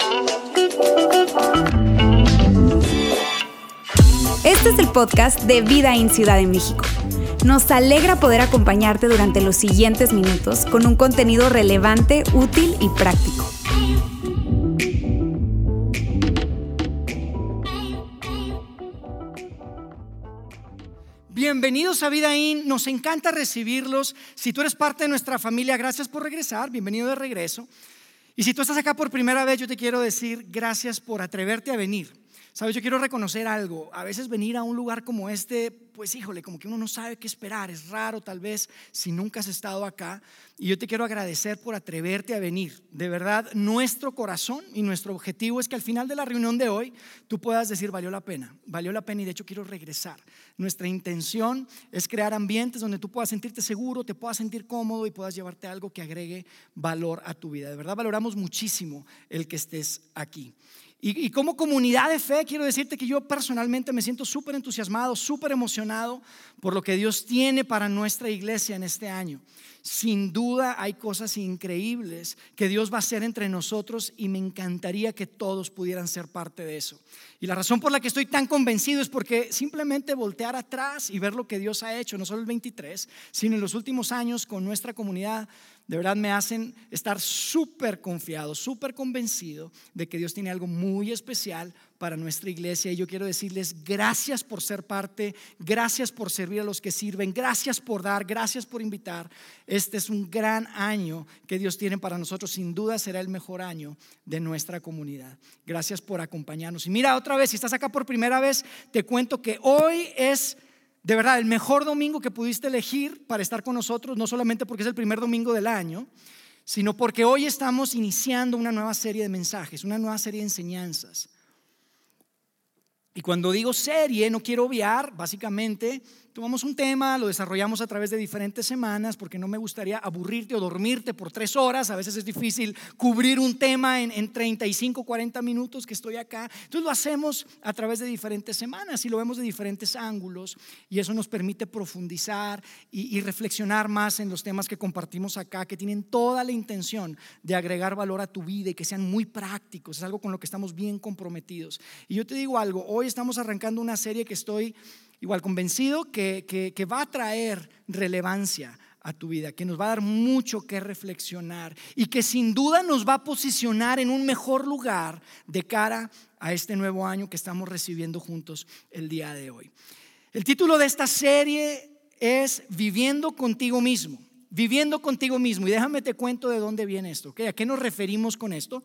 Este es el podcast de Vida en Ciudad de México. Nos alegra poder acompañarte durante los siguientes minutos con un contenido relevante, útil y práctico. Bienvenidos a Vida In, nos encanta recibirlos. Si tú eres parte de nuestra familia, gracias por regresar, bienvenido de regreso. Y si tú estás acá por primera vez, yo te quiero decir gracias por atreverte a venir. Sabes, yo quiero reconocer algo. A veces venir a un lugar como este, pues híjole, como que uno no sabe qué esperar. Es raro tal vez si nunca has estado acá. Y yo te quiero agradecer por atreverte a venir. De verdad, nuestro corazón y nuestro objetivo es que al final de la reunión de hoy tú puedas decir valió la pena y de hecho quiero regresar. Nuestra intención es crear ambientes donde tú puedas sentirte seguro, te puedas sentir cómodo y puedas llevarte algo que agregue valor a tu vida. De verdad valoramos muchísimo el que estés aquí. Y como comunidad de fe quiero decirte que yo personalmente me siento súper entusiasmado, súper emocionado por lo que Dios tiene para nuestra iglesia en este año. Sin duda hay cosas increíbles que Dios va a hacer entre nosotros y me encantaría que todos pudieran ser parte de eso. Y la razón por la que estoy tan convencido es porque simplemente voltear atrás y ver lo que Dios ha hecho, no solo el 23, sino en los últimos años con nuestra comunidad, de verdad me hacen estar súper confiado, súper convencido de que Dios tiene algo muy especial para nuestra iglesia. Y yo quiero decirles gracias por ser parte, gracias por servir a los que sirven, gracias por dar, gracias por invitar. Este es un gran año que Dios tiene para nosotros, sin duda será el mejor año de nuestra comunidad. Gracias por acompañarnos. Y mira, otra vez, si estás acá por primera vez, te cuento que hoy es de verdad el mejor domingo que pudiste elegir para estar con nosotros, no solamente porque es el primer domingo del año, sino porque hoy estamos iniciando una nueva serie de mensajes, una nueva serie de enseñanzas. Y cuando digo serie, no quiero obviar, básicamente tomamos un tema, lo desarrollamos a través de diferentes semanas, porque no me gustaría aburrirte o dormirte por 3 horas. A veces es difícil cubrir un tema en 35, 40 minutos que estoy acá. Entonces lo hacemos a través de diferentes semanas y lo vemos de diferentes ángulos, y eso nos permite profundizar y reflexionar más en los temas que compartimos acá, que tienen toda la intención de agregar valor a tu vida y que sean muy prácticos. Es algo con lo que estamos bien comprometidos. Y yo te digo algo, hoy estamos arrancando una serie que estoy igual convencido que va a traer relevancia a tu vida, que nos va a dar mucho que reflexionar y que sin duda nos va a posicionar en un mejor lugar de cara a este nuevo año que estamos recibiendo juntos el día de hoy. El título de esta serie es Viviendo contigo mismo. Viviendo contigo mismo. Y déjame te cuento de dónde viene esto, ¿okay? ¿A qué nos referimos con esto?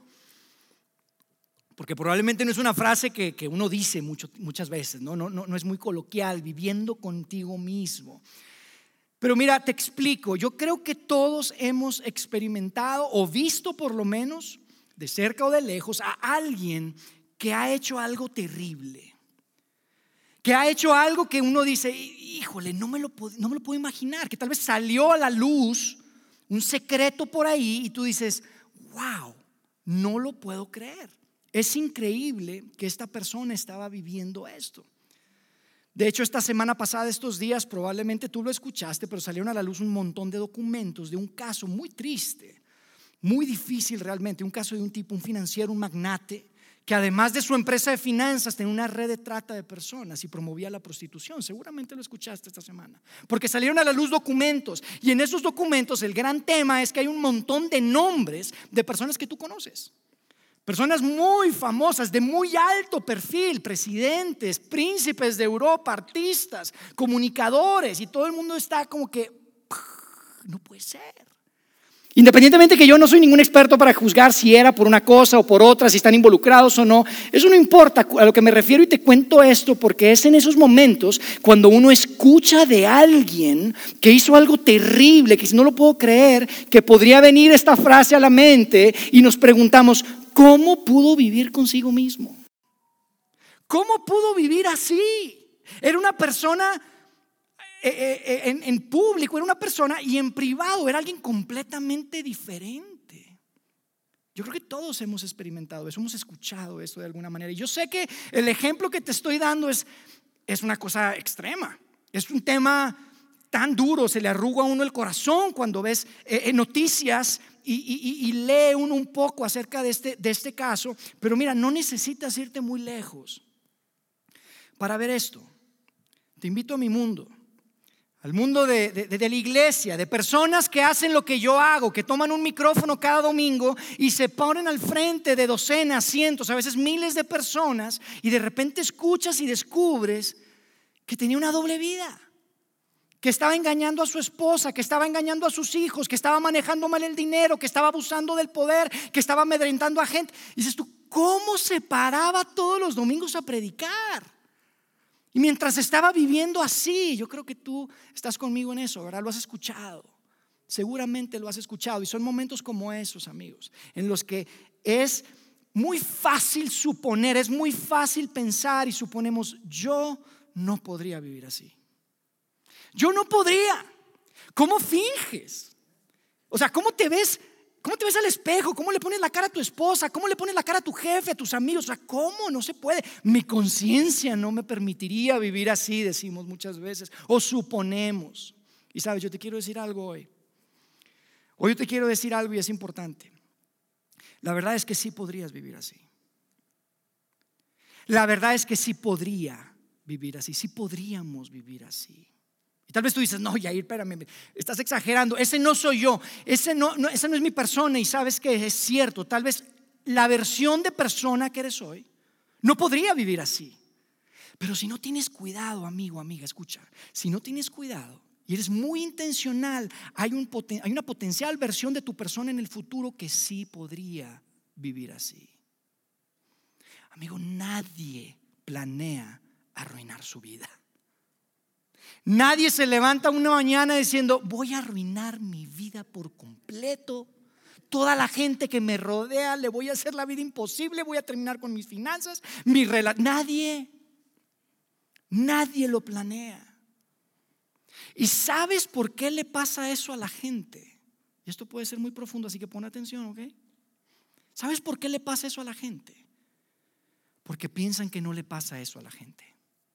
Porque probablemente no es una frase que uno dice muchas veces, no es muy coloquial, viviendo contigo mismo. Pero mira, te explico, yo creo que todos hemos experimentado o visto por lo menos de cerca o de lejos a alguien que ha hecho algo terrible, que ha hecho algo que uno dice, híjole, no me lo puedo imaginar, que tal vez salió a la luz un secreto por ahí y tú dices, wow, no lo puedo creer. Es increíble que esta persona estaba viviendo esto. De hecho, esta semana pasada, estos días, probablemente tú lo escuchaste, pero salieron a la luz un montón de documentos de un caso muy triste, muy difícil realmente, un caso de un tipo, un financiero, un magnate, que además de su empresa de finanzas tenía una red de trata de personas y promovía la prostitución. Seguramente lo escuchaste esta semana, porque salieron a la luz documentos, y en esos documentos el gran tema es que hay un montón de nombres de personas que tú conoces. Personas muy famosas, de muy alto perfil, presidentes, príncipes de Europa, artistas, comunicadores, y todo el mundo está como que no puede ser. Independientemente que yo no soy ningún experto para juzgar si era por una cosa o por otra, si están involucrados o no, eso no importa. A lo que me refiero, y te cuento esto porque es en esos momentos cuando uno escucha de alguien que hizo algo terrible, que si no lo puedo creer, que podría venir esta frase a la mente y nos preguntamos, ¿cómo pudo vivir consigo mismo? ¿Cómo pudo vivir así? Era una persona en público, era una persona, y en privado era alguien completamente diferente. Yo creo que todos hemos experimentado eso, hemos escuchado eso de alguna manera. Y yo sé que el ejemplo que te estoy dando es una cosa extrema. Es un tema tan duro, se le arruga a uno el corazón cuando ves noticias y lee uno un poco acerca de este caso. Pero mira, no necesitas irte muy lejos para ver esto. Te invito a mi mundo, al mundo de la iglesia, de personas que hacen lo que yo hago, que toman un micrófono cada domingo y se ponen al frente de docenas, cientos, a veces miles de personas, y de repente escuchas y descubres que tenía una doble vida, que estaba engañando a su esposa, que estaba engañando a sus hijos, que estaba manejando mal el dinero, que estaba abusando del poder, que estaba amedrentando a gente. Y dices tú, ¿cómo se paraba todos los domingos a predicar? Y mientras estaba viviendo así, yo creo que tú estás conmigo en eso, ¿verdad? Lo has escuchado, seguramente lo has escuchado. Y son momentos como esos, amigos, en los que es muy fácil suponer, es muy fácil pensar y suponemos, yo no podría vivir así. Yo no podría. ¿Cómo finges? O sea, ¿cómo te ves al espejo? ¿Cómo le pones la cara a tu esposa? ¿Cómo le pones la cara a tu jefe, a tus amigos? O sea, ¿cómo? No se puede. Mi conciencia no me permitiría vivir así, decimos muchas veces, o suponemos. Y sabes, yo te quiero decir algo hoy. Hoy yo te quiero decir algo y es importante. La verdad es que sí podrías vivir así. La verdad es que sí podría vivir así, sí podríamos vivir así. Y tal vez tú dices, no, Yair, espérame, estás exagerando, ese no soy yo, esa no es mi persona. Y sabes que es cierto, tal vez la versión de persona que eres hoy no podría vivir así. Pero si no tienes cuidado, amigo, amiga, escucha, si no tienes cuidado y eres muy intencional, hay una potencial versión de tu persona en el futuro que sí podría vivir así. Amigo, nadie planea arruinar su vida. Nadie se levanta una mañana diciendo, voy a arruinar mi vida por completo. Toda la gente que me rodea le voy a hacer la vida imposible, voy a terminar con mis finanzas, Nadie lo planea. ¿Y sabes por qué le pasa eso a la gente? Y esto puede ser muy profundo, así que pon atención, ¿ok? ¿Sabes por qué le pasa eso a la gente? Porque piensan que no le pasa eso a la gente.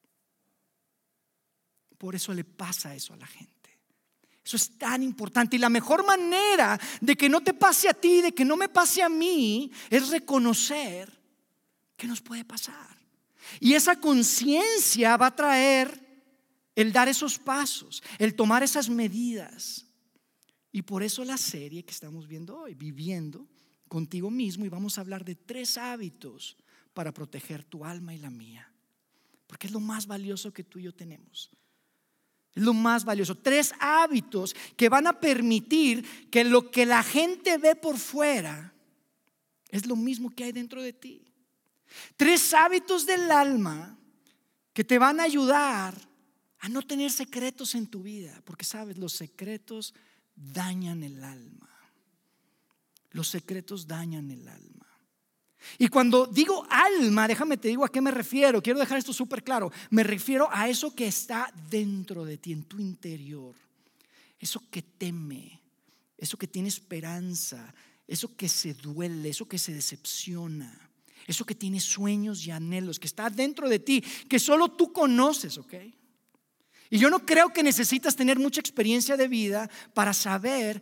Por eso le pasa eso a la gente. Eso es tan importante. Y la mejor manera de que no te pase a ti, de que no me pase a mí, es reconocer que nos puede pasar. Y esa conciencia va a traer el dar esos pasos, el tomar esas medidas. Y por eso la serie que estamos viendo hoy, Viviendo contigo mismo, y vamos a hablar de 3 hábitos para proteger tu alma y la mía, porque es lo más valioso que tú y yo tenemos. Es lo más valioso. 3 hábitos que van a permitir que lo que la gente ve por fuera es lo mismo que hay dentro de ti. 3 hábitos del alma que te van a ayudar a no tener secretos en tu vida, porque sabes, los secretos dañan el alma. Los secretos dañan el alma. Y cuando digo alma, déjame te digo a qué me refiero. Quiero dejar esto súper claro. Me refiero a eso que está dentro de ti, en tu interior. Eso que teme, eso que tiene esperanza, eso que se duele, eso que se decepciona, eso que tiene sueños y anhelos, que está dentro de ti, que solo tú conoces, ¿ok? Y yo no creo que necesitas tener mucha experiencia de vida para saber,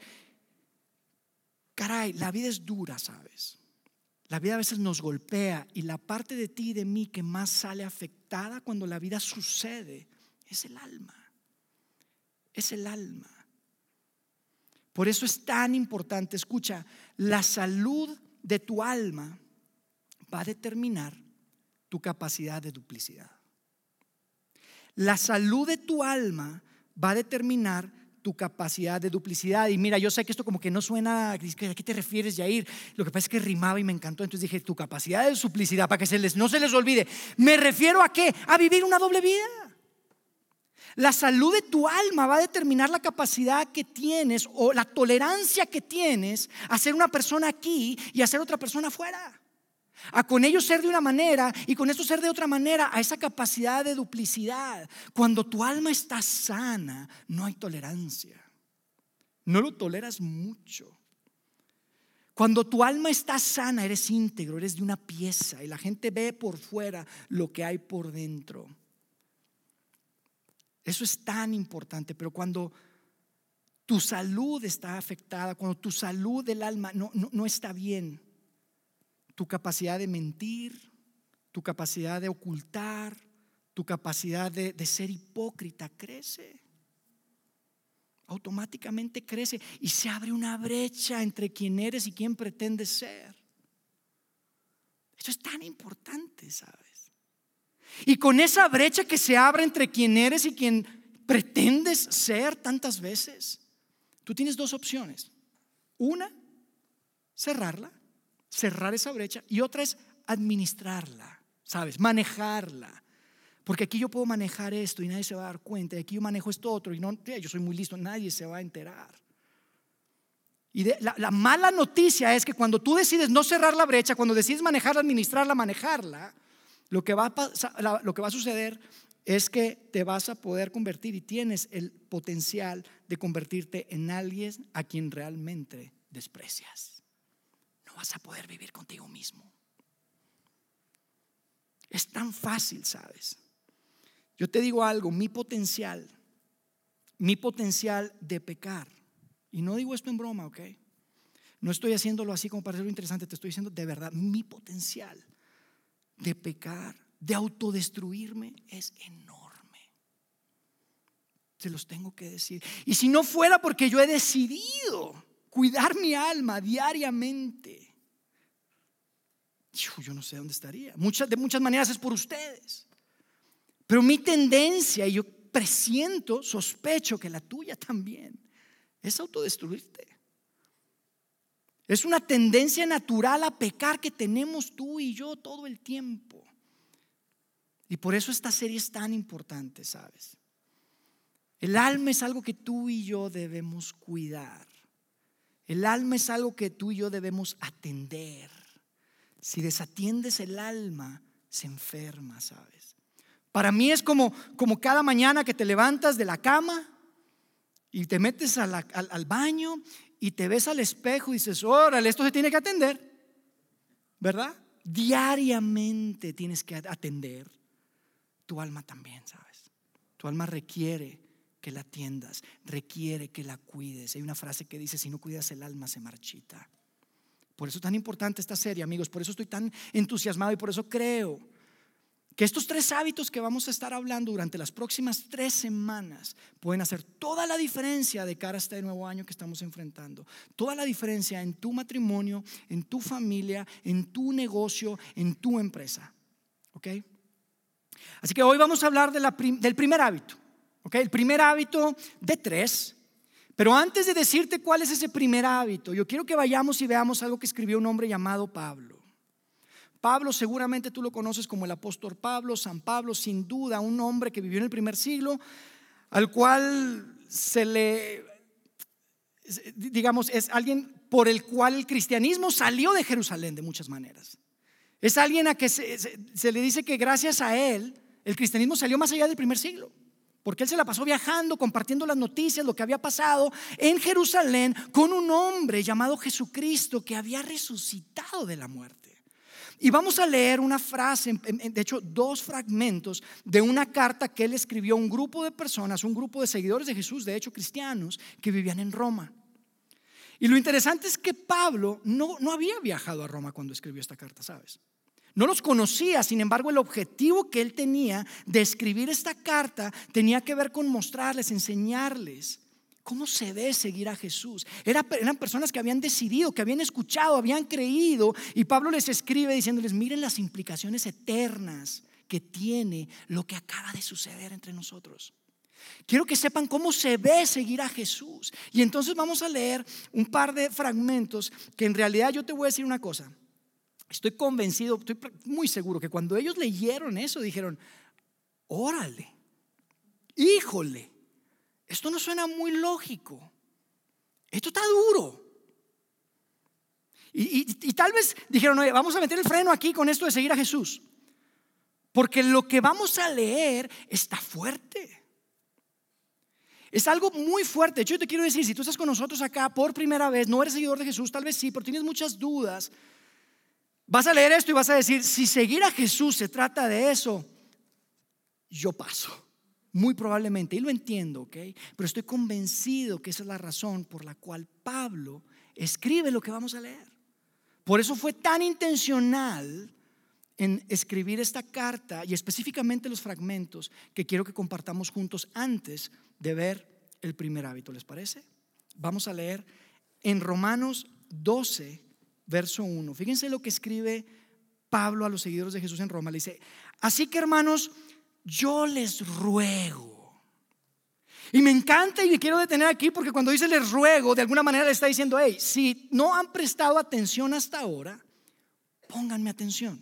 caray, la vida es dura, ¿sabes? La vida a veces nos golpea, y la parte de ti y de mí que más sale afectada cuando la vida sucede es el alma. Es el alma. Por eso es tan importante, escucha, la salud de tu alma va a determinar tu capacidad de duplicidad. La salud de tu alma va a determinar tu capacidad de duplicidad. Y mira, yo sé que esto como que no suena, ¿a qué te refieres, Yair? Lo que pasa es que rimaba y me encantó, entonces dije, tu capacidad de duplicidad, para que no se les olvide. ¿Me refiero a qué? A vivir una doble vida. La salud de tu alma va a determinar la capacidad que tienes o la tolerancia que tienes a ser una persona aquí y a ser otra persona afuera. A con ellos ser de una manera y con esto ser de otra manera, a esa capacidad de duplicidad. Cuando tu alma está sana, no hay tolerancia. No lo toleras mucho. Cuando tu alma está sana, eres íntegro, eres de una pieza y la gente ve por fuera lo que hay por dentro. Eso es tan importante. Pero cuando tu salud está afectada, cuando tu salud del alma no está bien, tu capacidad de mentir, tu capacidad de ocultar, tu capacidad de ser hipócrita crece. Automáticamente crece y se abre una brecha entre quién eres y quién pretendes ser. Eso es tan importante, ¿sabes? Y con esa brecha que se abre entre quién eres y quién pretendes ser tantas veces, tú tienes dos opciones. Una, cerrar esa brecha, y otra es administrarla, ¿sabes? Manejarla. Porque aquí yo puedo manejar esto y nadie se va a dar cuenta, y aquí yo manejo esto otro y yo soy muy listo, nadie se va a enterar. Y la mala noticia es que cuando tú decides no cerrar la brecha, cuando decides manejarla, administrarla, manejarla, lo que va a suceder es que te vas a poder convertir, y tienes el potencial de convertirte en alguien a quien realmente desprecias. No vas a poder vivir contigo mismo. Es tan fácil, ¿sabes? Yo te digo algo, mi potencial de pecar, y no digo esto en broma, ¿ok? No estoy haciéndolo así como para hacerlo interesante, te estoy diciendo de verdad, mi potencial de pecar, de autodestruirme es enorme. Se los tengo que decir. Y si no fuera porque yo he decidido cuidar mi alma diariamente, yo no sé dónde estaría. De muchas maneras es por ustedes. Pero mi tendencia, y yo presiento, sospecho que la tuya también, es autodestruirte. Es una tendencia natural a pecar que tenemos tú y yo todo el tiempo. Y por eso esta serie es tan importante, ¿sabes? El alma es algo que tú y yo debemos cuidar. El alma es algo que tú y yo debemos atender. Si desatiendes el alma, se enferma, ¿sabes? Para mí es como cada mañana que te levantas de la cama y te metes al baño y te ves al espejo y dices, órale, esto se tiene que atender, ¿verdad? Diariamente tienes que atender tu alma también, ¿sabes? Tu alma requiere que la atiendas, requiere que la cuides. Hay una frase que dice, si no cuidas el alma se marchita. Por eso es tan importante esta serie, amigos. Por eso estoy tan entusiasmado y por eso creo que estos 3 hábitos que vamos a estar hablando durante las próximas 3 semanas pueden hacer toda la diferencia de cara a este nuevo año que estamos enfrentando. Toda la diferencia en tu matrimonio, en tu familia, en tu negocio, en tu empresa. ¿Ok? Así que hoy vamos a hablar del primer hábito. ¿Ok? El primer hábito de 3. Pero antes de decirte cuál es ese primer hábito, yo quiero que vayamos y veamos algo que escribió un hombre llamado Pablo. Pablo, seguramente tú lo conoces como el apóstol Pablo, San Pablo, sin duda un hombre que vivió en el primer siglo, al cual es alguien por el cual el cristianismo salió de Jerusalén de muchas maneras. Es alguien a que se le dice que gracias a él el cristianismo salió más allá del primer siglo, porque él se la pasó viajando, compartiendo las noticias, lo que había pasado en Jerusalén con un hombre llamado Jesucristo que había resucitado de la muerte. Y vamos a leer una frase, de hecho 2 fragmentos de una carta que él escribió a un grupo de personas, un grupo de seguidores de Jesús, de hecho cristianos, que vivían en Roma. Y lo interesante es que Pablo no había viajado a Roma cuando escribió esta carta, ¿sabes? No los conocía, sin embargo el objetivo que él tenía de escribir esta carta tenía que ver con mostrarles, enseñarles cómo se debe seguir a Jesús. Eran personas que habían decidido, que habían escuchado, habían creído, y Pablo les escribe diciéndoles, miren las implicaciones eternas que tiene lo que acaba de suceder entre nosotros. Quiero que sepan cómo se ve seguir a Jesús. Y entonces vamos a leer un par de fragmentos que en realidad yo te voy a decir una cosa. Estoy convencido, estoy muy seguro que cuando ellos leyeron eso dijeron, órale, híjole, esto no suena muy lógico, esto está duro. Y tal vez dijeron, oye, vamos a meter el freno aquí con esto de seguir a Jesús, porque lo que vamos a leer está fuerte. Es algo muy fuerte. De hecho, yo te quiero decir, si tú estás con nosotros acá por primera vez, no eres seguidor de Jesús, tal vez sí, pero tienes muchas dudas, vas a leer esto y vas a decir, si seguir a Jesús se trata de eso, yo paso. Muy probablemente, y lo entiendo, ¿ok? Pero estoy convencido que esa es la razón por la cual Pablo escribe lo que vamos a leer. Por eso fue tan intencional en escribir esta carta y específicamente los fragmentos que quiero que compartamos juntos antes de ver el primer hábito. ¿Les parece? Vamos a leer en Romanos 12, verso 1. Fíjense lo que escribe Pablo a los seguidores de Jesús en Roma. Le dice: así que, hermanos, yo les ruego. Y me encanta y me quiero detener aquí porque cuando dice les ruego, de alguna manera le está diciendo: hey, si no han prestado atención hasta ahora, pónganme atención.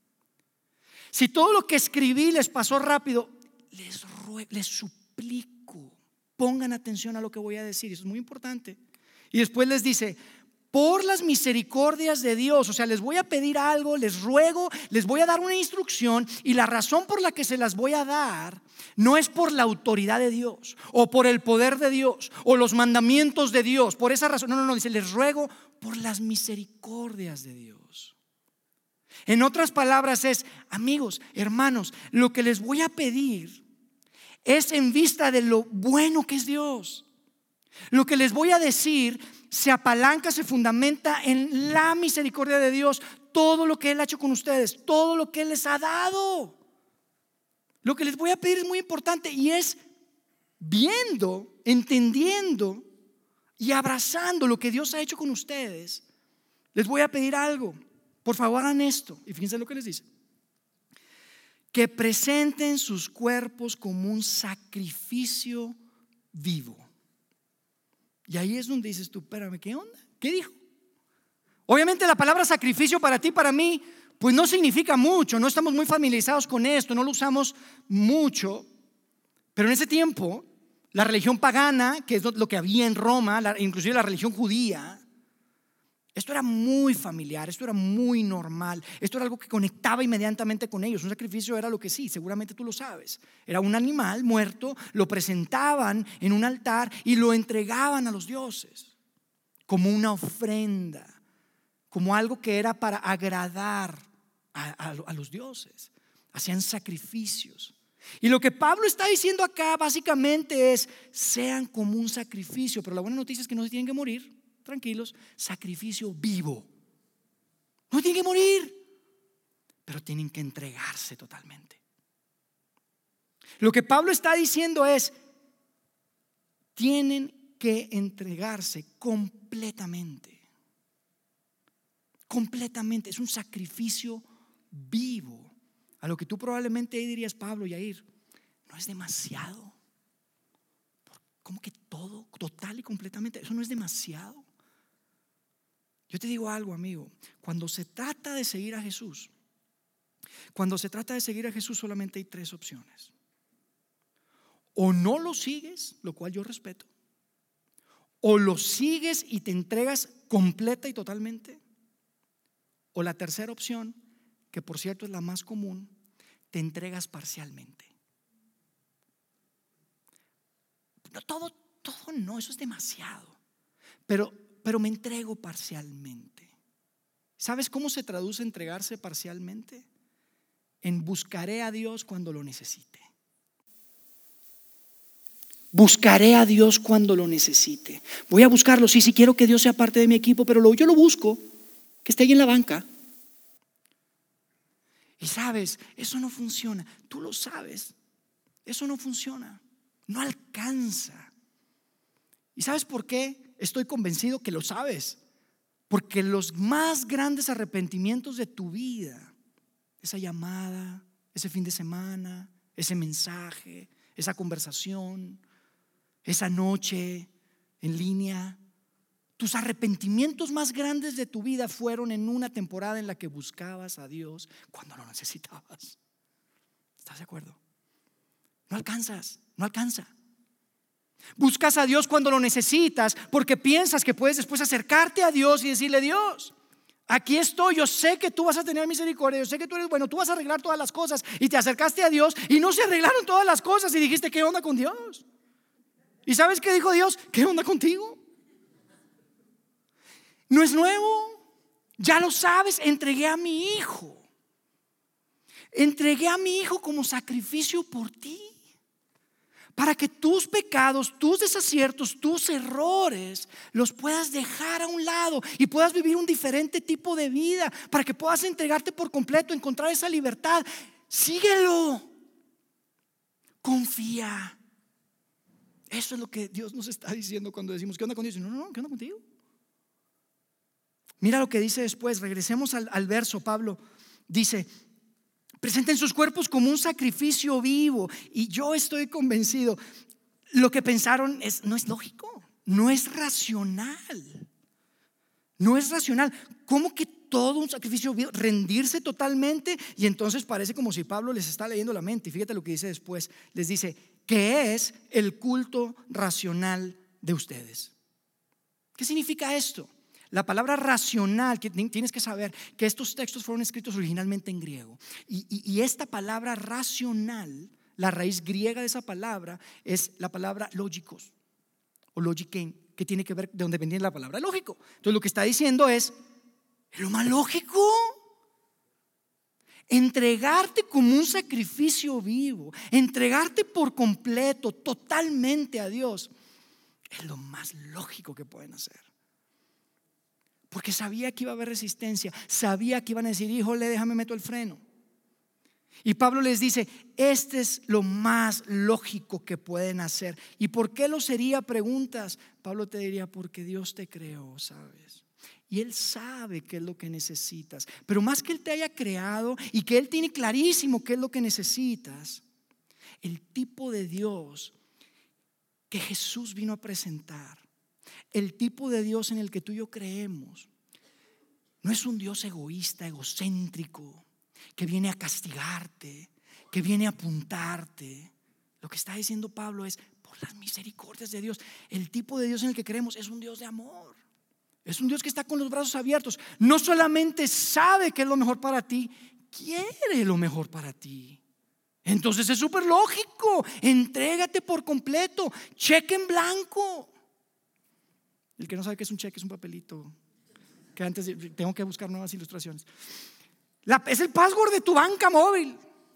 Si todo lo que escribí les pasó rápido, les ruego, les suplico, pongan atención a lo que voy a decir. Eso es muy importante. Y después les dice: por las misericordias de Dios, o sea, les voy a pedir algo, les ruego, les voy a dar una instrucción, y la razón por la que se las voy a dar no es por la autoridad de Dios o por el poder de Dios o los mandamientos de Dios. Por esa razón, no, dice: les ruego por las misericordias de Dios. En otras palabras es: amigos, hermanos, lo que les voy a pedir es en vista de lo bueno que es Dios. Lo que les voy a decir se apalanca, se fundamenta en la misericordia de Dios. Todo lo que Él ha hecho con ustedes, todo lo que Él les ha dado. Lo que les voy a pedir es muy importante, y es viendo, entendiendo y abrazando lo que Dios ha hecho con ustedes. Les voy a pedir algo. Por favor, hagan esto. Y fíjense lo que les dice: que presenten sus cuerpos como un sacrificio vivo. Y ahí es donde dices tú: espérame, ¿qué onda? ¿Qué dijo? Obviamente la palabra sacrificio para ti, para mí, pues no significa mucho. No estamos muy familiarizados con esto, no lo usamos mucho. Pero en ese tiempo, la religión pagana, que es lo que había en Roma, inclusive la religión judía, esto era muy familiar, esto era muy normal, esto era algo que conectaba inmediatamente con ellos. Un sacrificio era lo que sí, seguramente tú lo sabes. Era un animal muerto, lo presentaban en un altar y lo entregaban a los dioses como una ofrenda, como algo que era para agradar a los dioses. Hacían sacrificios. Y lo que Pablo está diciendo acá básicamente es: sean como un sacrificio. Pero la buena noticia es que no se tienen que morir. Tranquilos, sacrificio vivo. No tienen que morir, pero tienen que entregarse totalmente. Lo que Pablo está diciendo es: tienen que entregarse completamente. Completamente. Es un sacrificio vivo. A lo que tú probablemente dirías: Pablo, Yair, ¿no es demasiado? ¿Cómo que todo, total y completamente? Eso no es demasiado. Yo te digo algo, amigo: cuando se trata de seguir a Jesús, solamente hay tres opciones. O no lo sigues, lo cual yo respeto, o lo sigues y te entregas completa y totalmente, o la tercera opción, que por cierto es la más común, te entregas parcialmente. No, todo no, eso es demasiado. Pero me entrego parcialmente. ¿Sabes cómo se traduce entregarse parcialmente? En buscaré a Dios cuando lo necesite. Buscaré a Dios cuando lo necesite. Voy a buscarlo, sí quiero que Dios sea parte de mi equipo, pero yo lo busco, que esté ahí en la banca. Y sabes, eso no funciona. Tú lo sabes. Eso no funciona. No alcanza. ¿Y sabes por qué? Estoy convencido que lo sabes. Porque los más grandes arrepentimientos de tu vida, esa llamada, ese fin de semana, ese mensaje, esa conversación, esa noche en línea, tus arrepentimientos más grandes de tu vida fueron en una temporada en la que buscabas a Dios cuando lo necesitabas. ¿Estás de acuerdo? No alcanza. Buscas a Dios cuando lo necesitas porque piensas que puedes después acercarte a Dios y decirle: Dios, aquí estoy, yo sé que tú vas a tener misericordia, yo sé que tú eres bueno, tú vas a arreglar todas las cosas. Y te acercaste a Dios y no se arreglaron todas las cosas y dijiste: ¿qué onda con Dios? ¿Y sabes qué dijo Dios? ¿Qué onda contigo? No es nuevo, ya lo sabes. Entregué a mi hijo como sacrificio por ti. para que tus pecados, tus desaciertos, tus errores los puedas dejar a un lado y puedas vivir un diferente tipo de vida, para que puedas entregarte por completo, encontrar esa libertad. Síguelo, confía. Eso es lo que Dios nos está diciendo cuando decimos: ¿qué onda con Dios? No, ¿qué onda contigo? Mira lo que dice después. Regresemos al verso. Pablo dice: presenten sus cuerpos como un sacrificio vivo. Y yo estoy convencido, lo que pensaron no es lógico, no es racional. No es racional. ¿Cómo que todo un sacrificio vivo? Rendirse totalmente. Y entonces parece como si Pablo les está leyendo la mente. Y fíjate lo que dice después. Les dice: ¿qué es el culto racional de ustedes? ¿Qué significa esto? La palabra racional, que tienes que saber que estos textos fueron escritos originalmente en griego. Y esta palabra racional, la raíz griega de esa palabra es la palabra lógicos o logikein, que tiene que ver de donde venía la palabra lógico. Entonces lo que está diciendo es lo más lógico. Entregarte como un sacrificio vivo, entregarte por completo, totalmente a Dios, es lo más lógico que pueden hacer. Porque sabía que iba a haber resistencia, sabía que iban a decir: híjole, déjame meto el freno. Y Pablo les dice: este es lo más lógico que pueden hacer. ¿Y por qué lo sería? Preguntas. Pablo te diría: porque Dios te creó, ¿sabes? Y Él sabe qué es lo que necesitas. Pero más que Él te haya creado y que Él tiene clarísimo qué es lo que necesitas, el tipo de Dios que Jesús vino a presentar, el tipo de Dios en el que tú y yo creemos, no es un Dios egoísta, egocéntrico, que viene a castigarte, que viene a apuntarte. Lo que está diciendo Pablo es: por las misericordias de Dios. El tipo de Dios en el que creemos es un Dios de amor. Es un Dios que está con los brazos abiertos. No solamente sabe que es lo mejor para ti, quiere lo mejor para ti. Entonces es súper lógico. Entrégate por completo. Cheque en blanco. El que no sabe qué es un cheque, es un papelito que antes tengo que buscar nuevas ilustraciones. Es el password de tu banca móvil.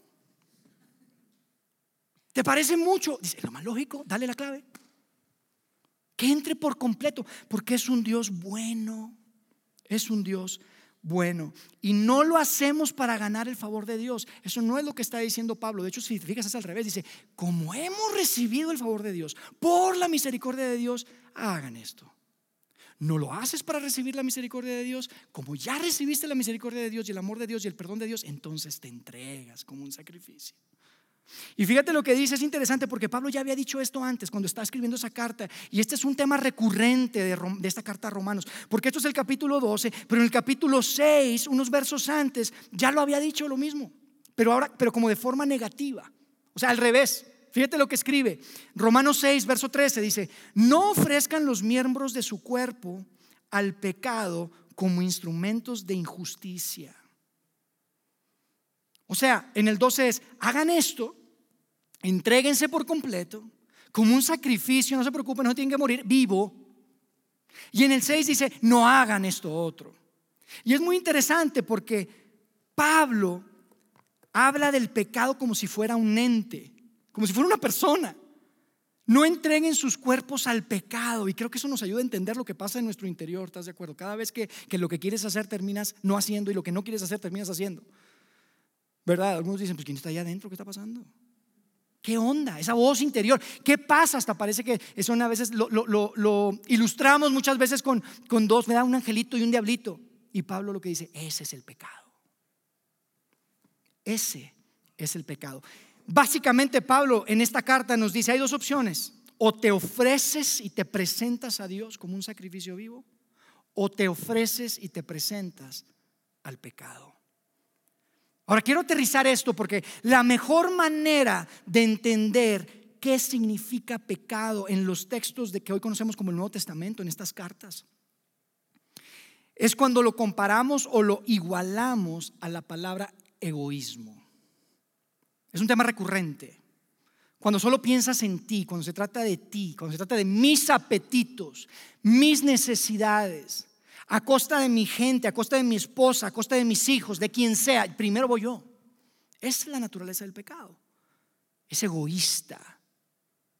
¿Te parece mucho? Dice: lo más lógico, dale la clave. Que entre por completo, porque es un Dios bueno. Es un Dios bueno. Y no lo hacemos para ganar el favor de Dios. Eso no es lo que está diciendo Pablo. De hecho, si te fijas, es al revés. Dice: como hemos recibido el favor de Dios, por la misericordia de Dios, hagan esto. No lo haces para recibir la misericordia de Dios. Como ya recibiste la misericordia de Dios y el amor de Dios y el perdón de Dios, entonces te entregas como un sacrificio. Y fíjate lo que dice, es interesante porque Pablo ya había dicho esto antes cuando estaba escribiendo esa carta. Y este es un tema recurrente de esta carta a Romanos, porque esto es el capítulo 12, pero en el capítulo 6, unos versos antes, ya lo había dicho lo mismo, pero como de forma negativa. O sea, al revés. Fíjate lo que escribe Romanos 6, verso 13, dice: no ofrezcan los miembros de su cuerpo al pecado como instrumentos de injusticia. O sea, en el 12 es: hagan esto, entréguense por completo como un sacrificio, no se preocupen, no tienen que morir, vivo. Y en el 6 dice: no hagan esto otro. Y es muy interesante porque Pablo habla del pecado como si fuera un ente, como si fuera una persona. No entreguen sus cuerpos al pecado. Y creo que eso nos ayuda a entender lo que pasa en nuestro interior. ¿Estás de acuerdo? Cada vez que lo que quieres hacer terminas no haciendo, y lo que no quieres hacer terminas haciendo, ¿verdad? Algunos dicen: pues ¿quién está allá adentro? ¿Qué está pasando? ¿Qué onda? Esa voz interior, ¿qué pasa? Hasta parece que eso a veces lo ilustramos muchas veces con dos, ¿verdad? Un angelito y un diablito. Y Pablo lo que dice: ese es el pecado. Ese es el pecado. Básicamente Pablo en esta carta nos dice: hay dos opciones: o te ofreces y te presentas a Dios como un sacrificio vivo, o te ofreces y te presentas al pecado. Ahora quiero aterrizar esto, porque la mejor manera de entender qué significa pecado en los textos de que hoy conocemos como el Nuevo Testamento, en estas cartas, es cuando lo comparamos o lo igualamos a la palabra egoísmo. Es un tema recurrente. Cuando solo piensas en ti, cuando se trata de ti, cuando se trata de mis apetitos, mis necesidades, a costa de mi gente, a costa de mi esposa, a costa de mis hijos, de quien sea, primero voy yo. Esa es la naturaleza del pecado. Es egoísta.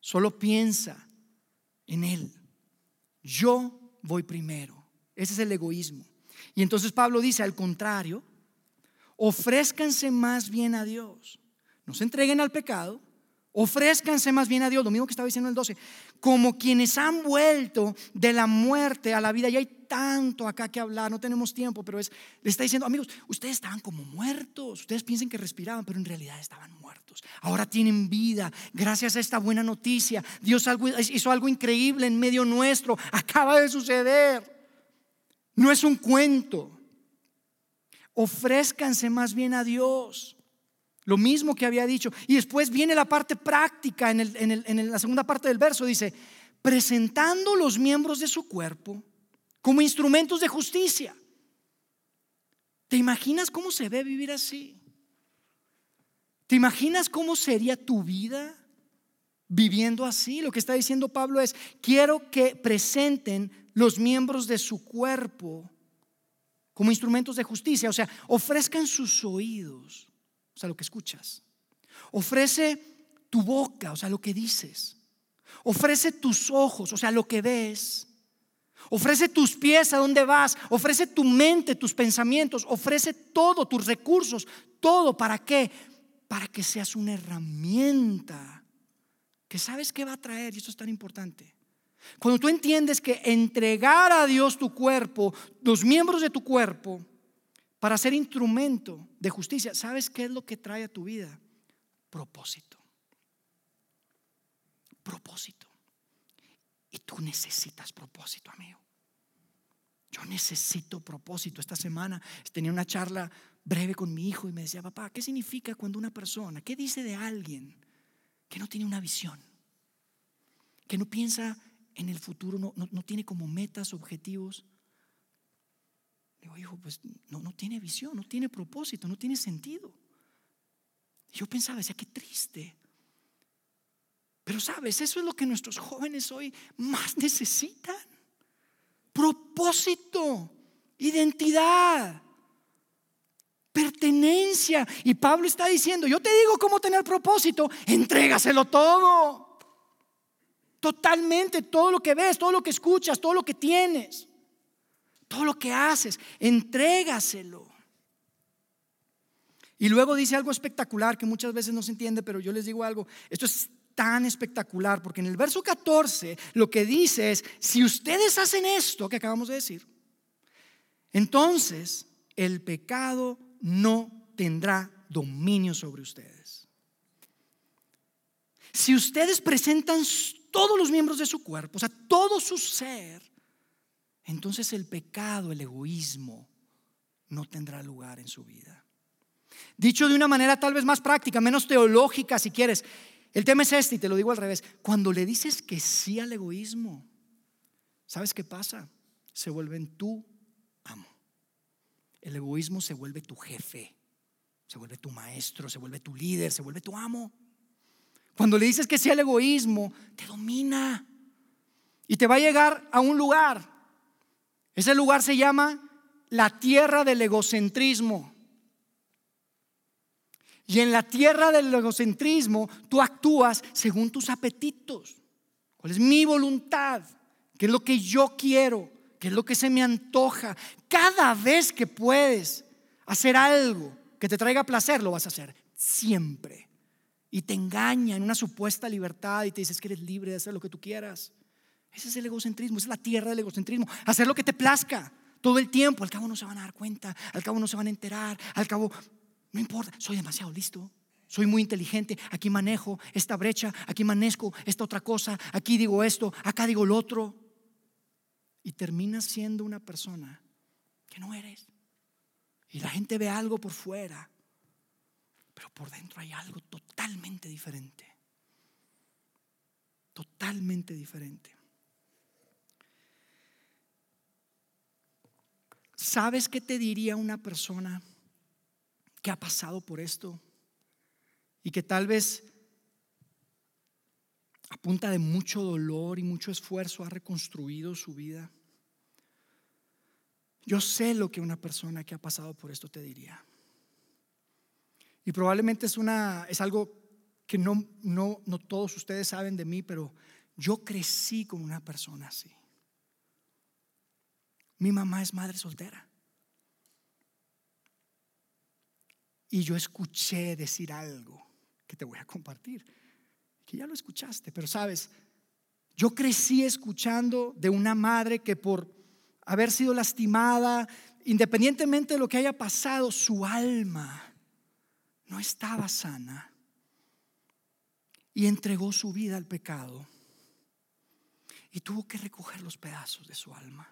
Solo piensa en Él. Yo voy primero. Ese es el egoísmo. Y entonces Pablo dice, al contrario, ofrézcanse más bien a Dios. No se entreguen al pecado, ofrézcanse más bien a Dios. Lo mismo que estaba diciendo el 12. Como quienes han vuelto de la muerte a la vida. Y hay tanto acá que hablar, no tenemos tiempo, pero le está diciendo, amigos, ustedes estaban como muertos. Ustedes piensan que respiraban, pero en realidad estaban muertos. Ahora tienen vida gracias a esta buena noticia. Dios hizo algo increíble en medio nuestro. Acaba de suceder. No es un cuento. Ofrézcanse más bien a Dios. Lo mismo que había dicho. Y después viene la parte práctica en la segunda parte del verso. Dice, presentando los miembros de su cuerpo como instrumentos de justicia. ¿Te imaginas cómo se ve vivir así? ¿Te imaginas cómo sería tu vida viviendo así? Lo que está diciendo Pablo es, quiero que presenten los miembros de su cuerpo como instrumentos de justicia. O sea, ofrezcan sus oídos, o sea, lo que escuchas. Ofrece tu boca, o sea, lo que dices. Ofrece tus ojos, o sea, lo que ves. Ofrece tus pies, a dónde vas. Ofrece tu mente, tus pensamientos. Ofrece todo, tus recursos. Todo, ¿para qué? Para que seas una herramienta que sabes qué va a traer. Y esto es tan importante. Cuando tú entiendes que entregar a Dios tu cuerpo, los miembros de tu cuerpo, para ser instrumento de justicia, ¿sabes qué es lo que trae a tu vida? Propósito. Propósito. Y tú necesitas propósito, amigo. Yo necesito propósito. Esta semana tenía una charla breve con mi hijo y me decía, papá, ¿qué significa cuando una persona, qué dice de alguien que no tiene una visión, que no piensa en el futuro, no tiene como metas, objetivos? Digo, hijo, pues no tiene visión, no tiene propósito, no tiene sentido. Y yo pensaba, decía, qué triste. Pero sabes, eso es lo que nuestros jóvenes hoy más necesitan. Propósito, identidad, pertenencia. Y Pablo está diciendo, yo te digo cómo tener propósito, entrégaselo todo. Totalmente, todo lo que ves, todo lo que escuchas, todo lo que tienes, todo lo que haces, entrégaselo. Y luego dice algo espectacular que muchas veces no se entiende, pero yo les digo algo, esto es tan espectacular, porque en el verso 14 lo que dice es, si ustedes hacen esto que acabamos de decir, entonces el pecado no tendrá dominio sobre ustedes. Si ustedes presentan todos los miembros de su cuerpo, o sea, todo su ser, entonces el pecado, el egoísmo, no tendrá lugar en su vida. Dicho de una manera tal vez más práctica, menos teológica si quieres, el tema es este y te lo digo al revés. Cuando le dices que sí al egoísmo, ¿sabes qué pasa? Se vuelven tu amo. El egoísmo se vuelve tu jefe, se vuelve tu maestro, se vuelve tu líder, se vuelve tu amo. Cuando le dices que sí al egoísmo, te domina y te va a llegar a un lugar. Ese lugar se llama la tierra del egocentrismo. Y en la tierra del egocentrismo tú actúas según tus apetitos. ¿Cuál es mi voluntad? ¿Qué es lo que yo quiero? ¿Qué es lo que se me antoja? Cada vez que puedes hacer algo que te traiga placer, lo vas a hacer siempre. Y te engaña en una supuesta libertad y te dices que eres libre de hacer lo que tú quieras. Ese es el egocentrismo, esa es la tierra del egocentrismo. Hacer lo que te plazca todo el tiempo. Al cabo no se van a dar cuenta, al cabo no se van a enterar, al cabo no importa, soy demasiado listo, soy muy inteligente, aquí manejo esta brecha, aquí manejo esta otra cosa, aquí digo esto, acá digo lo otro. Y terminas siendo una persona que no eres. Y la gente ve algo por fuera, pero por dentro hay algo totalmente diferente. Totalmente diferente. ¿Sabes qué te diría una persona que ha pasado por esto y que tal vez a punta de mucho dolor y mucho esfuerzo ha reconstruido su vida? Yo sé lo que una persona que ha pasado por esto te diría. Y probablemente es algo que no todos ustedes saben de mí, pero yo crecí con una persona así. Mi mamá es madre soltera. Y yo escuché decir algo que te voy a compartir, que ya lo escuchaste, pero sabes, yo crecí escuchando de una madre que por haber sido lastimada, independientemente de lo que haya pasado, su alma no estaba sana y entregó su vida al pecado y tuvo que recoger los pedazos de su alma.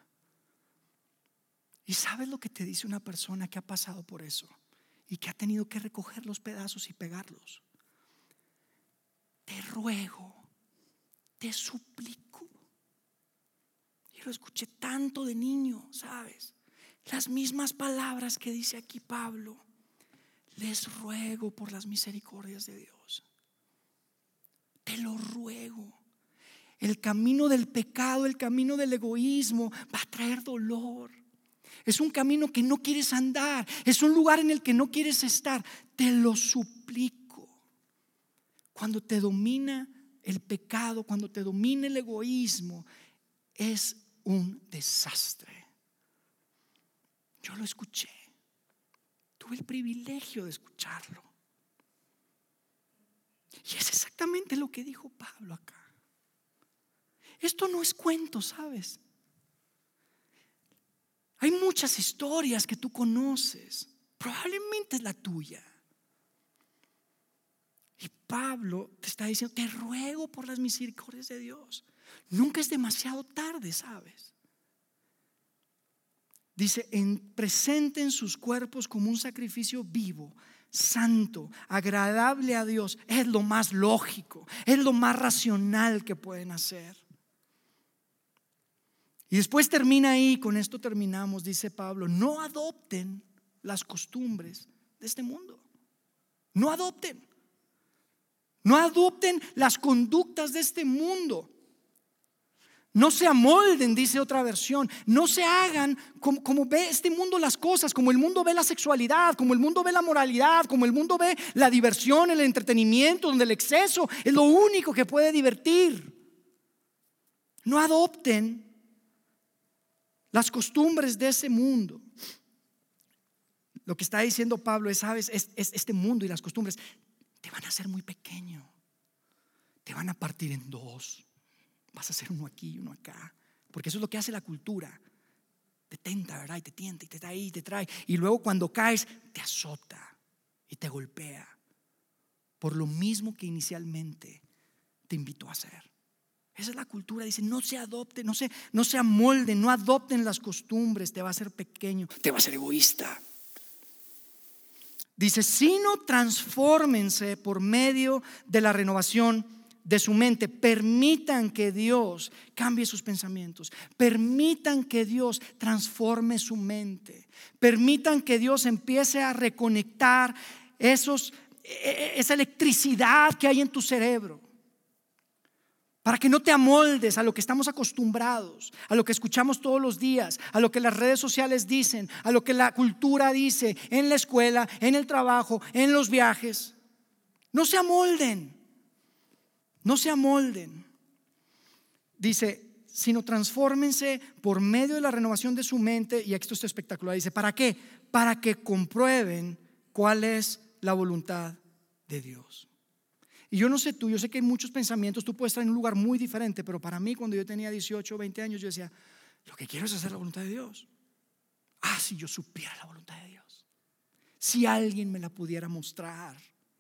¿Y sabes lo que te dice una persona que ha pasado por eso y que ha tenido que recoger los pedazos y pegarlos? Te ruego, te suplico. Y lo escuché tanto de niño, ¿sabes? Las mismas palabras que dice aquí Pablo. Les ruego por las misericordias de Dios. Te lo ruego. El camino del pecado, el camino del egoísmo va a traer dolor. Es un camino que no quieres andar. Es un lugar en el que no quieres estar. Te lo suplico. Cuando te domina el pecado, cuando te domina el egoísmo, es un desastre. Yo lo escuché. Tuve el privilegio de escucharlo. Y es exactamente lo que dijo Pablo acá. Esto no es cuento, ¿sabes? Hay muchas historias que tú conoces. Probablemente es la tuya. Y Pablo te está diciendo, te ruego por las misericordias de Dios. Nunca es demasiado tarde, ¿sabes? Dice, presenten sus cuerpos como un sacrificio vivo, santo, agradable a Dios. Es lo más lógico, es lo más racional que pueden hacer. Y después termina ahí, con esto terminamos, dice Pablo, no adopten las costumbres de este mundo. No adopten las conductas de este mundo. No se amolden, dice otra versión. No se hagan como ve este mundo las cosas, como el mundo ve la sexualidad, como el mundo ve la moralidad, como el mundo ve la diversión, el entretenimiento, donde el exceso es lo único que puede divertir. No adopten las costumbres de ese mundo. Lo que está diciendo Pablo es, sabes, este mundo y las costumbres te van a hacer muy pequeño. Te van a partir en dos. Vas a hacer uno aquí y uno acá, porque eso es lo que hace la cultura. Te tenta, ¿verdad? Y te tienta y te trae y te trae. Y luego cuando caes te azota y te golpea por lo mismo que inicialmente te invitó a hacer. Esa es la cultura. Dice, no se adopten, no se amolden, no adopten las costumbres. Te va a hacer pequeño, te va a hacer egoísta. Dice, sino transfórmense por medio de la renovación de su mente. Permitan que Dios cambie sus pensamientos. Permitan que Dios transforme su mente. Permitan que Dios empiece a reconectar esa electricidad que hay en tu cerebro, para que no te amoldes a lo que estamos acostumbrados, a lo que escuchamos todos los días, a lo que las redes sociales dicen, a lo que la cultura dice en la escuela, en el trabajo, en los viajes. No se amolden. No se amolden. Dice, sino transfórmense por medio de la renovación de su mente. Y esto es espectacular. Dice, ¿para qué? Para que comprueben cuál es la voluntad de Dios. Y yo no sé tú, yo sé que hay muchos pensamientos. Tú puedes estar en un lugar muy diferente, pero para mí, cuando yo tenía 18 o 20 años, yo decía, lo que quiero es hacer la voluntad de Dios. Si yo supiera la voluntad de Dios, si alguien me la pudiera mostrar.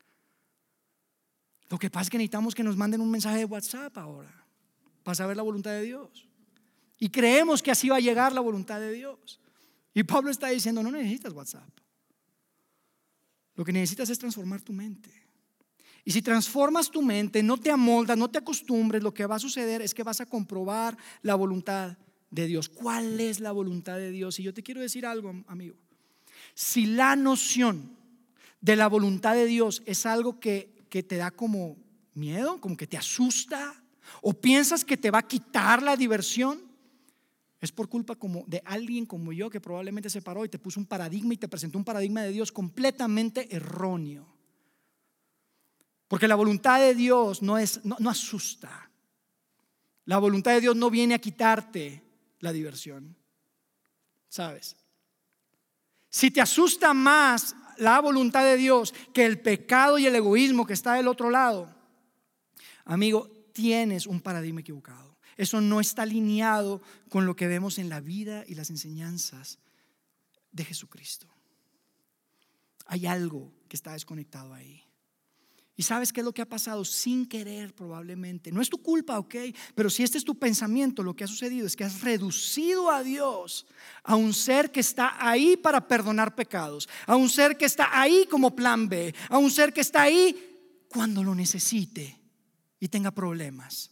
Lo que pasa es que necesitamos que nos manden un mensaje de WhatsApp ahora para saber la voluntad de Dios. Y creemos que así va a llegar la voluntad de Dios. Y Pablo está diciendo, no necesitas WhatsApp. Lo que necesitas es transformar tu mente. Y si transformas tu mente, no te amoldas, no te acostumbres, lo que va a suceder es que vas a comprobar la voluntad de Dios. ¿Cuál es la voluntad de Dios? Y yo te quiero decir algo, amigo. Si la noción de la voluntad de Dios es algo que te da como miedo, como que te asusta, o piensas que te va a quitar la diversión, es por culpa como de alguien como yo, que probablemente se paró y te puso un paradigma y te presentó un paradigma de Dios completamente erróneo. Porque la voluntad de Dios no asusta. La voluntad de Dios no viene a quitarte la diversión, ¿sabes? Si te asusta más la voluntad de Dios que el pecado y el egoísmo que está del otro lado, amigo, tienes un paradigma equivocado. Eso no está alineado con lo que vemos en la vida y las enseñanzas de Jesucristo. Hay algo que está desconectado ahí. ¿Y sabes qué es lo que ha pasado? Sin querer, probablemente. No es tu culpa, ok, pero si este es tu pensamiento, lo que ha sucedido es que has reducido a Dios a un ser que está ahí para perdonar pecados, a un ser que está ahí como plan B, a un ser que está ahí cuando lo necesite y tenga problemas.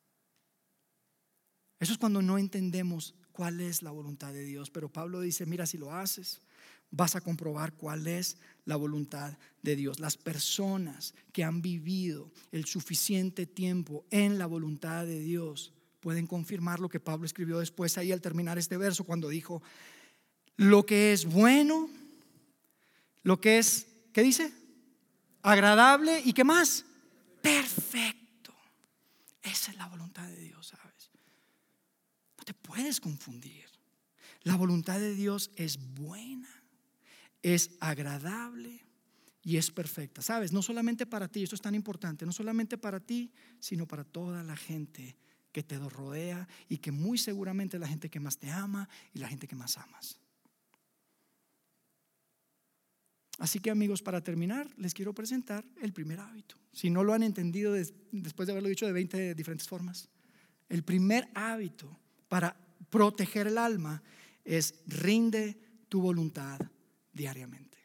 Eso es cuando no entendemos cuál es la voluntad de Dios. Pero Pablo dice, mira, si lo haces, vas a comprobar cuál es la voluntad de Dios. Las personas que han vivido el suficiente tiempo en la voluntad de Dios pueden confirmar lo que Pablo escribió después ahí al terminar este verso, cuando dijo, lo que es bueno, lo que es, ¿qué dice? Agradable y ¿qué más? Perfecto. Esa es la voluntad de Dios, ¿sabes? No te puedes confundir. La voluntad de Dios es buena, es agradable y es perfecta. ¿Sabes? No solamente para ti, esto es tan importante, no solamente para ti, sino para toda la gente que te rodea y que muy seguramente es la gente que más te ama y la gente que más amas. Así que, amigos, para terminar, les quiero presentar el primer hábito. Si no lo han entendido después de haberlo dicho de 20 diferentes formas, el primer hábito para proteger el alma es rinde tu voluntad diariamente.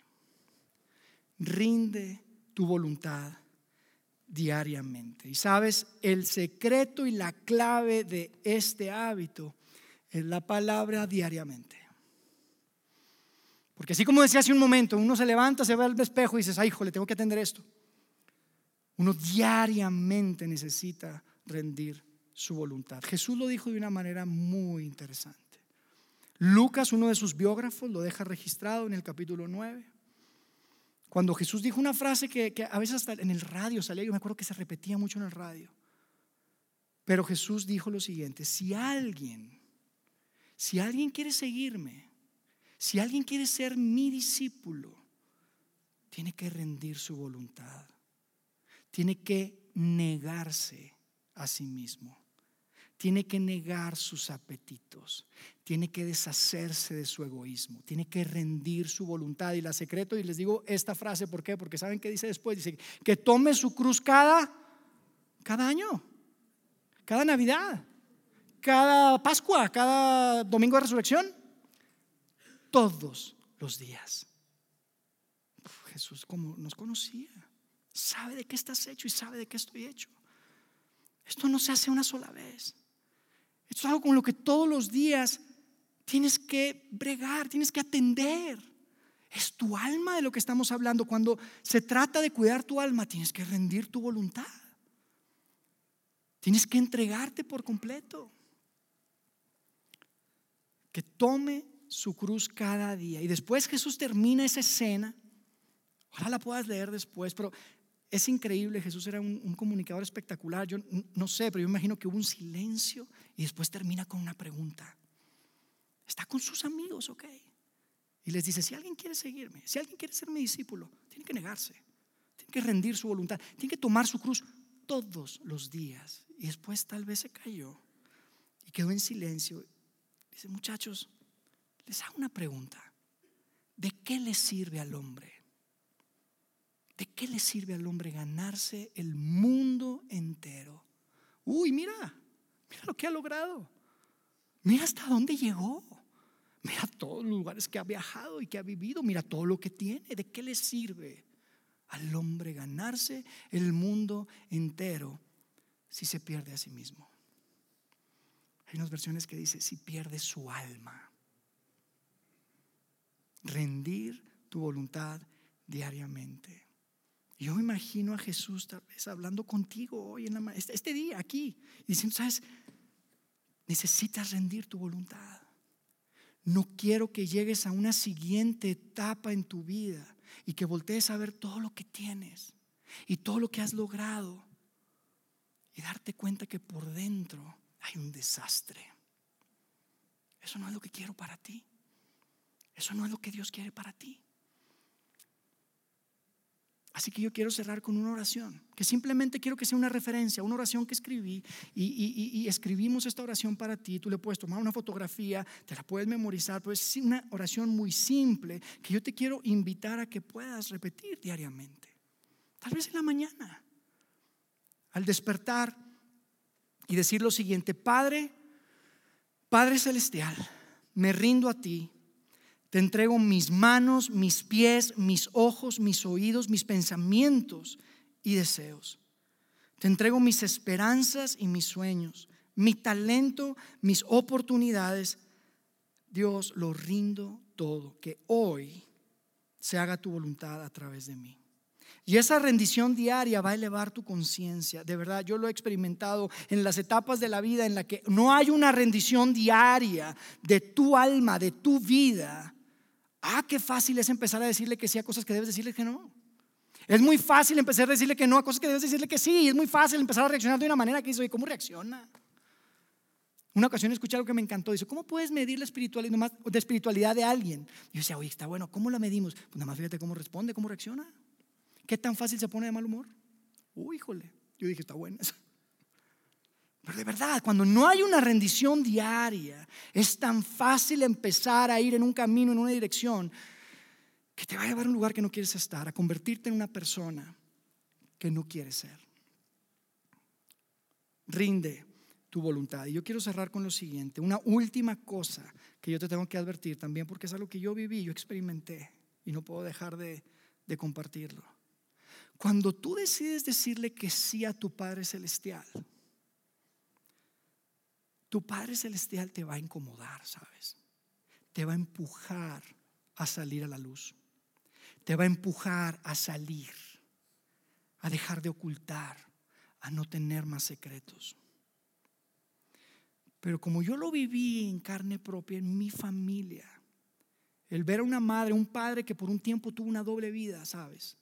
Rinde tu voluntad diariamente. Y sabes, el secreto y la clave de este hábito es la palabra diariamente. Porque así como decía hace un momento, uno se levanta, se ve al espejo y dices, ay, híjole, tengo que atender esto. Uno diariamente necesita rendir su voluntad. Jesús lo dijo de una manera muy interesante. Lucas, uno de sus biógrafos, lo deja registrado en el capítulo 9. Cuando Jesús dijo una frase que a veces hasta en el radio salía, yo me acuerdo que se repetía mucho en el radio. Pero Jesús dijo lo siguiente: si alguien quiere seguirme, si alguien quiere ser mi discípulo, tiene que rendir su voluntad, tiene que negarse a sí mismo, tiene que negar sus apetitos, tiene que deshacerse de su egoísmo, tiene que rendir su voluntad. Y la secreto, y les digo esta frase, ¿por qué? Porque ¿saben qué dice después? Dice que tome su cruz cada año, cada Navidad, cada Pascua, cada domingo de resurrección, todos los días. Jesús, como nos conocía, sabe de qué estás hecho y sabe de qué estoy hecho. Esto no se hace una sola vez. Esto es algo con lo que todos los días tienes que bregar, tienes que atender. Es tu alma de lo que estamos hablando. Cuando se trata de cuidar tu alma, tienes que rendir tu voluntad. Tienes que entregarte por completo. Que tome su cruz cada día. Y después Jesús termina esa escena. Ojalá la puedas leer después, pero es increíble. Jesús era un comunicador espectacular. Yo no sé, pero yo me imagino que hubo un silencio y después termina con una pregunta. Está con sus amigos, ok, y les dice: si alguien quiere seguirme, si alguien quiere ser mi discípulo, tiene que negarse, tiene que rendir su voluntad, tiene que tomar su cruz todos los días. Y después tal vez se cayó y quedó en silencio. Dice: muchachos, les hago una pregunta. ¿De qué le sirve al hombre? ¿De qué le sirve al hombre ganarse el mundo entero? Uy, mira lo que ha logrado. Mira hasta dónde llegó. Mira todos los lugares que ha viajado y que ha vivido. Mira todo lo que tiene. ¿De qué le sirve al hombre ganarse el mundo entero si se pierde a sí mismo? Hay unas versiones que dice: si pierde su alma. Rendir tu voluntad diariamente. Yo me imagino a Jesús tal vez hablando contigo hoy en este día aquí, diciendo: ¿sabes? Necesitas rendir tu voluntad. No quiero que llegues a una siguiente etapa en tu vida y que voltees a ver todo lo que tienes y todo lo que has logrado y darte cuenta que por dentro hay un desastre. Eso no es lo que quiero para ti. Eso no es lo que Dios quiere para ti. Así que yo quiero cerrar con una oración, que simplemente quiero que sea una referencia, una oración que escribí y escribimos esta oración para ti. Tú le puedes tomar una fotografía, te la puedes memorizar, pero es una oración muy simple que yo te quiero invitar a que puedas repetir diariamente. Tal vez en la mañana, al despertar, y decir lo siguiente: Padre celestial, me rindo a ti. Te entrego mis manos, mis pies, mis ojos, mis oídos, mis pensamientos y deseos. Te entrego mis esperanzas y mis sueños, mi talento, mis oportunidades. Dios, lo rindo todo. Que hoy se haga tu voluntad a través de mí. Y esa rendición diaria va a elevar tu conciencia. De verdad, yo lo he experimentado en las etapas de la vida en la que no hay una rendición diaria de tu alma, de tu vida. Qué fácil es empezar a decirle que sí a cosas que debes decirle que no. Es muy fácil empezar a decirle que no a cosas que debes decirle que sí. Es muy fácil empezar a reaccionar de una manera que dice: oye, ¿cómo reacciona? Una ocasión escuché algo que me encantó. Dice: ¿cómo puedes medir la espiritualidad de alguien? Y yo decía: oye, está bueno, ¿cómo la medimos? Pues nada más fíjate cómo responde, cómo reacciona. ¿Qué tan fácil se pone de mal humor? Híjole, yo dije: está bueno eso. Pero de verdad, cuando no hay una rendición diaria, es tan fácil empezar a ir en un camino, en una dirección, que te va a llevar a un lugar que no quieres estar, a convertirte en una persona que no quieres ser. Rinde tu voluntad. Y yo quiero cerrar con lo siguiente: una última cosa que yo te tengo que advertir también, porque es algo que yo viví, yo experimenté y no puedo dejar de compartirlo. Cuando tú decides decirle que sí a tu Padre Celestial, tu Padre Celestial te va a incomodar, ¿sabes? Te va a empujar a salir a la luz. Te va a empujar a salir, a dejar de ocultar, a no tener más secretos. Pero como yo lo viví en carne propia, en mi familia, el ver a una madre, un padre que por un tiempo tuvo una doble vida, ¿sabes?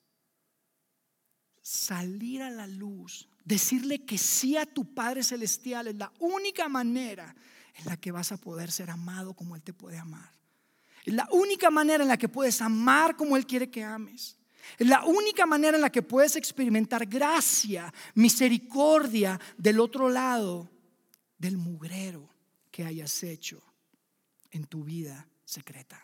Salir a la luz, decirle que sí a tu Padre Celestial es la única manera en la que vas a poder ser amado como Él te puede amar. Es la única manera en la que puedes amar como Él quiere que ames. Es la única manera en la que puedes experimentar gracia, misericordia del otro lado del mugrero que hayas hecho en tu vida secreta.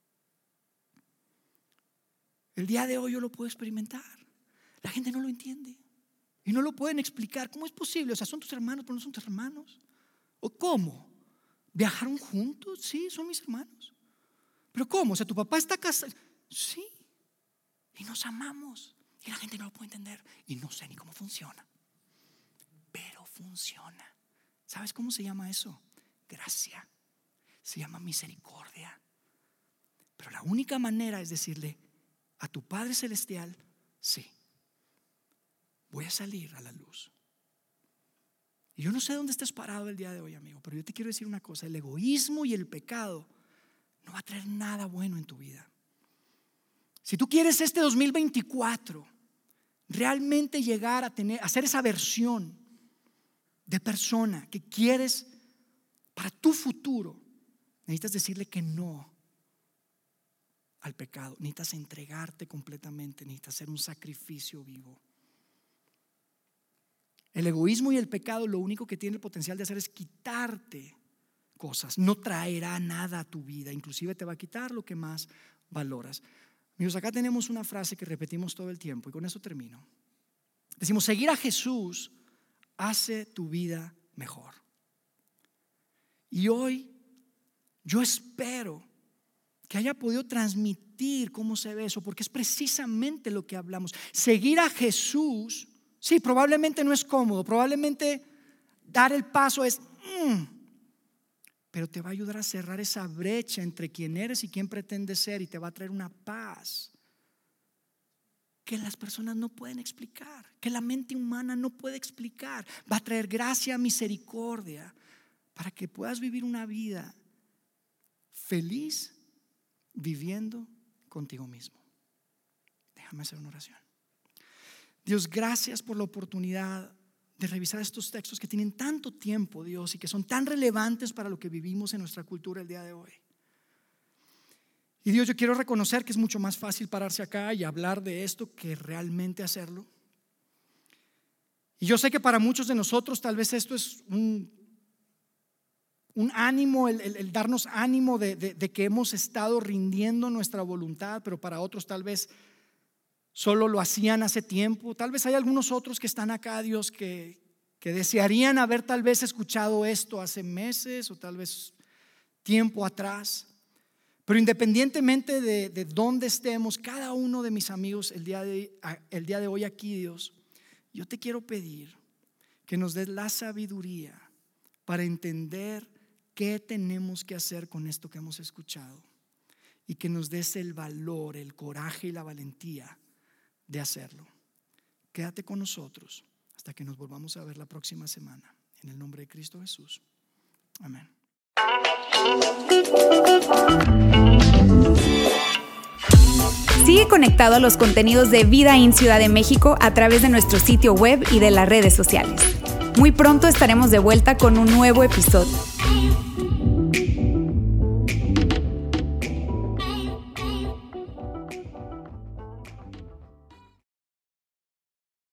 El día de hoy yo lo puedo experimentar. La gente no lo entiende y no lo pueden explicar. ¿Cómo es posible? O sea, son tus hermanos, pero no son tus hermanos. ¿O cómo? ¿Viajaron juntos? Sí, son mis hermanos. ¿Pero cómo? O sea, tu papá está casado. Sí. Y nos amamos. Y la gente no lo puede entender. Y no sé ni cómo funciona. Pero funciona. ¿Sabes cómo se llama eso? Gracia. Se llama misericordia. Pero la única manera es decirle a tu Padre Celestial: sí, voy a salir a la luz. Y yo no sé dónde estás parado el día de hoy, amigo, pero yo te quiero decir una cosa: el egoísmo y el pecado no va a traer nada bueno en tu vida. Si tú quieres este 2024 realmente llegar a ser esa versión de persona que quieres para tu futuro, necesitas decirle que no al pecado. Necesitas entregarte completamente, necesitas hacer un sacrificio vivo. El egoísmo y el pecado lo único que tiene el potencial de hacer es quitarte cosas. No traerá nada a tu vida, inclusive te va a quitar lo que más valoras. Amigos, acá tenemos una frase que repetimos todo el tiempo y con eso termino. Decimos: seguir a Jesús hace tu vida mejor. Y hoy yo espero que haya podido transmitir cómo se ve eso, porque es precisamente lo que hablamos. Seguir a Jesús, sí, probablemente no es cómodo, probablemente dar el paso es pero te va a ayudar a cerrar esa brecha entre quién eres y quién pretendes ser, y te va a traer una paz que las personas no pueden explicar, que la mente humana no puede explicar. Va a traer gracia, misericordia, para que puedas vivir una vida feliz viviendo contigo mismo. Déjame hacer una oración. Dios, gracias por la oportunidad de revisar estos textos que tienen tanto tiempo, Dios, y que son tan relevantes para lo que vivimos en nuestra cultura el día de hoy. Y Dios, yo quiero reconocer que es mucho más fácil pararse acá y hablar de esto que realmente hacerlo. Y yo sé que para muchos de nosotros tal vez esto es un ánimo, el darnos ánimo de que hemos estado rindiendo nuestra voluntad, pero para otros tal vez solo lo hacían hace tiempo. Tal vez hay algunos otros que están acá, Dios, que desearían haber tal vez escuchado esto hace meses o tal vez tiempo atrás. Pero independientemente de dónde estemos, cada uno de mis amigos el día de hoy aquí, Dios, yo te quiero pedir que nos des la sabiduría para entender qué tenemos que hacer con esto que hemos escuchado y que nos des el valor, el coraje y la valentía de hacerlo. Quédate con nosotros hasta que nos volvamos a ver la próxima semana. En el nombre de Cristo Jesús. Amén. Sigue conectado a los contenidos de Vida en Ciudad de México a través de nuestro sitio web y de las redes sociales. Muy pronto estaremos de vuelta con un nuevo episodio.